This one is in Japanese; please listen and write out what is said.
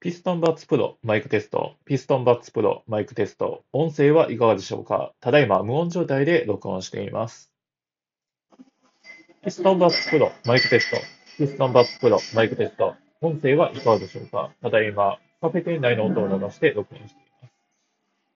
ピストンバッツプロマイクテスト、ピストンバッツプロマイクテスト、音声はいかがでしょうか。ただいま無音状態で録音しています。ピストンバッツプロマイクテスト、ピストンバッツプロマイクテスト、音声はいかがでしょうか。ただいまカフェ店内の音を流して録音しています。